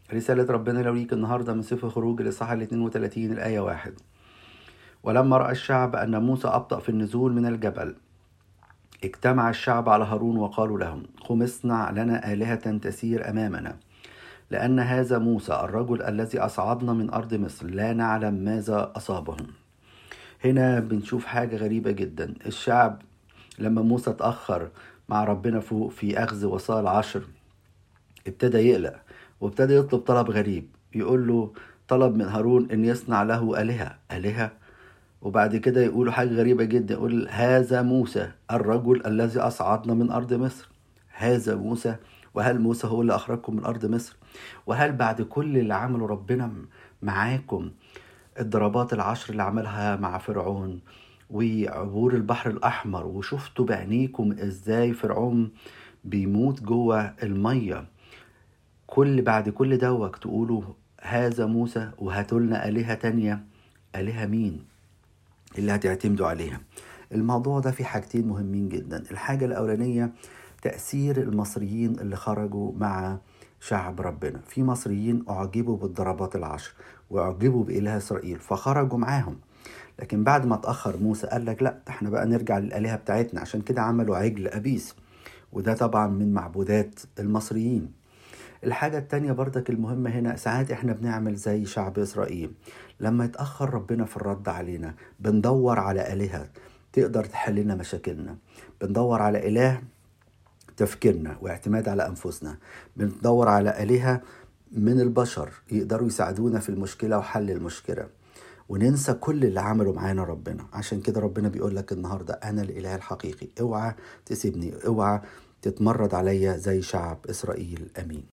رسالة ربنا ليك النهاردة من سفر خروج الإصحاح 32 الآية 1. ولما رأى الشعب أن موسى أبطأ في النزول من الجبل، اجتمع الشعب على هارون وقالوا لهم: قم اصنع لنا آلهة تسير أمامنا، لأن هذا موسى الرجل الذي أصعدنا من أرض مصر لا نعلم ماذا أصابهم. هنا بنشوف حاجة غريبة جدا. الشعب لما موسى اتأخر مع ربنا فوق في أخذ وصايا العشر ابتدى يقلق وابتدى يطلب طلب غريب. يقول له طلب من هارون ان يصنع له آلهة. وبعد كده يقولوا حاجة غريبة جدا، يقول هذا موسى الرجل الذي أصعدنا من أرض مصر. هذا موسى؟ وهل موسى هو اللي أخرجكم من أرض مصر؟ وهل بعد كل اللي عمله ربنا معاكم، الضربات العشر اللي عملها مع فرعون وعبور البحر الأحمر، وشفتوا بعينيكم إزاي فرعون بيموت جوه المية، بعد كل دوك تقولوا هذا موسى وهاتولنا آلهة تانية؟ آلهة مين اللي هتعتمدوا عليها؟ الموضوع ده فيه حاجتين مهمين جدا. الحاجة الأولانية تأثير المصريين اللي خرجوا مع شعب ربنا. في مصريين أعجبوا بالضربات العشر وأعجبوا بإله إسرائيل فخرجوا معاهم، لكن بعد ما اتأخر موسى قال لك لا، احنا بقى نرجع للآلهة بتاعتنا. عشان كده عملوا عجل أبيس، وده طبعا من معبودات المصريين. الحاجة التانية برضك المهمة هنا، ساعات احنا بنعمل زي شعب إسرائيل. لما يتأخر ربنا في الرد علينا بندور على آلهة تقدر تحلنا مشاكلنا، بندور على إله تفكيرنا واعتماد على أنفسنا، بندور على آلهة من البشر يقدروا يساعدونا في المشكلة وحل المشكلة، وننسى كل اللي عمله معانا ربنا. عشان كده ربنا بيقول لك النهاردة أنا الإله الحقيقي، اوعى تسيبني، اوعى تتمرد عليا زي شعب إسرائيل. أمين.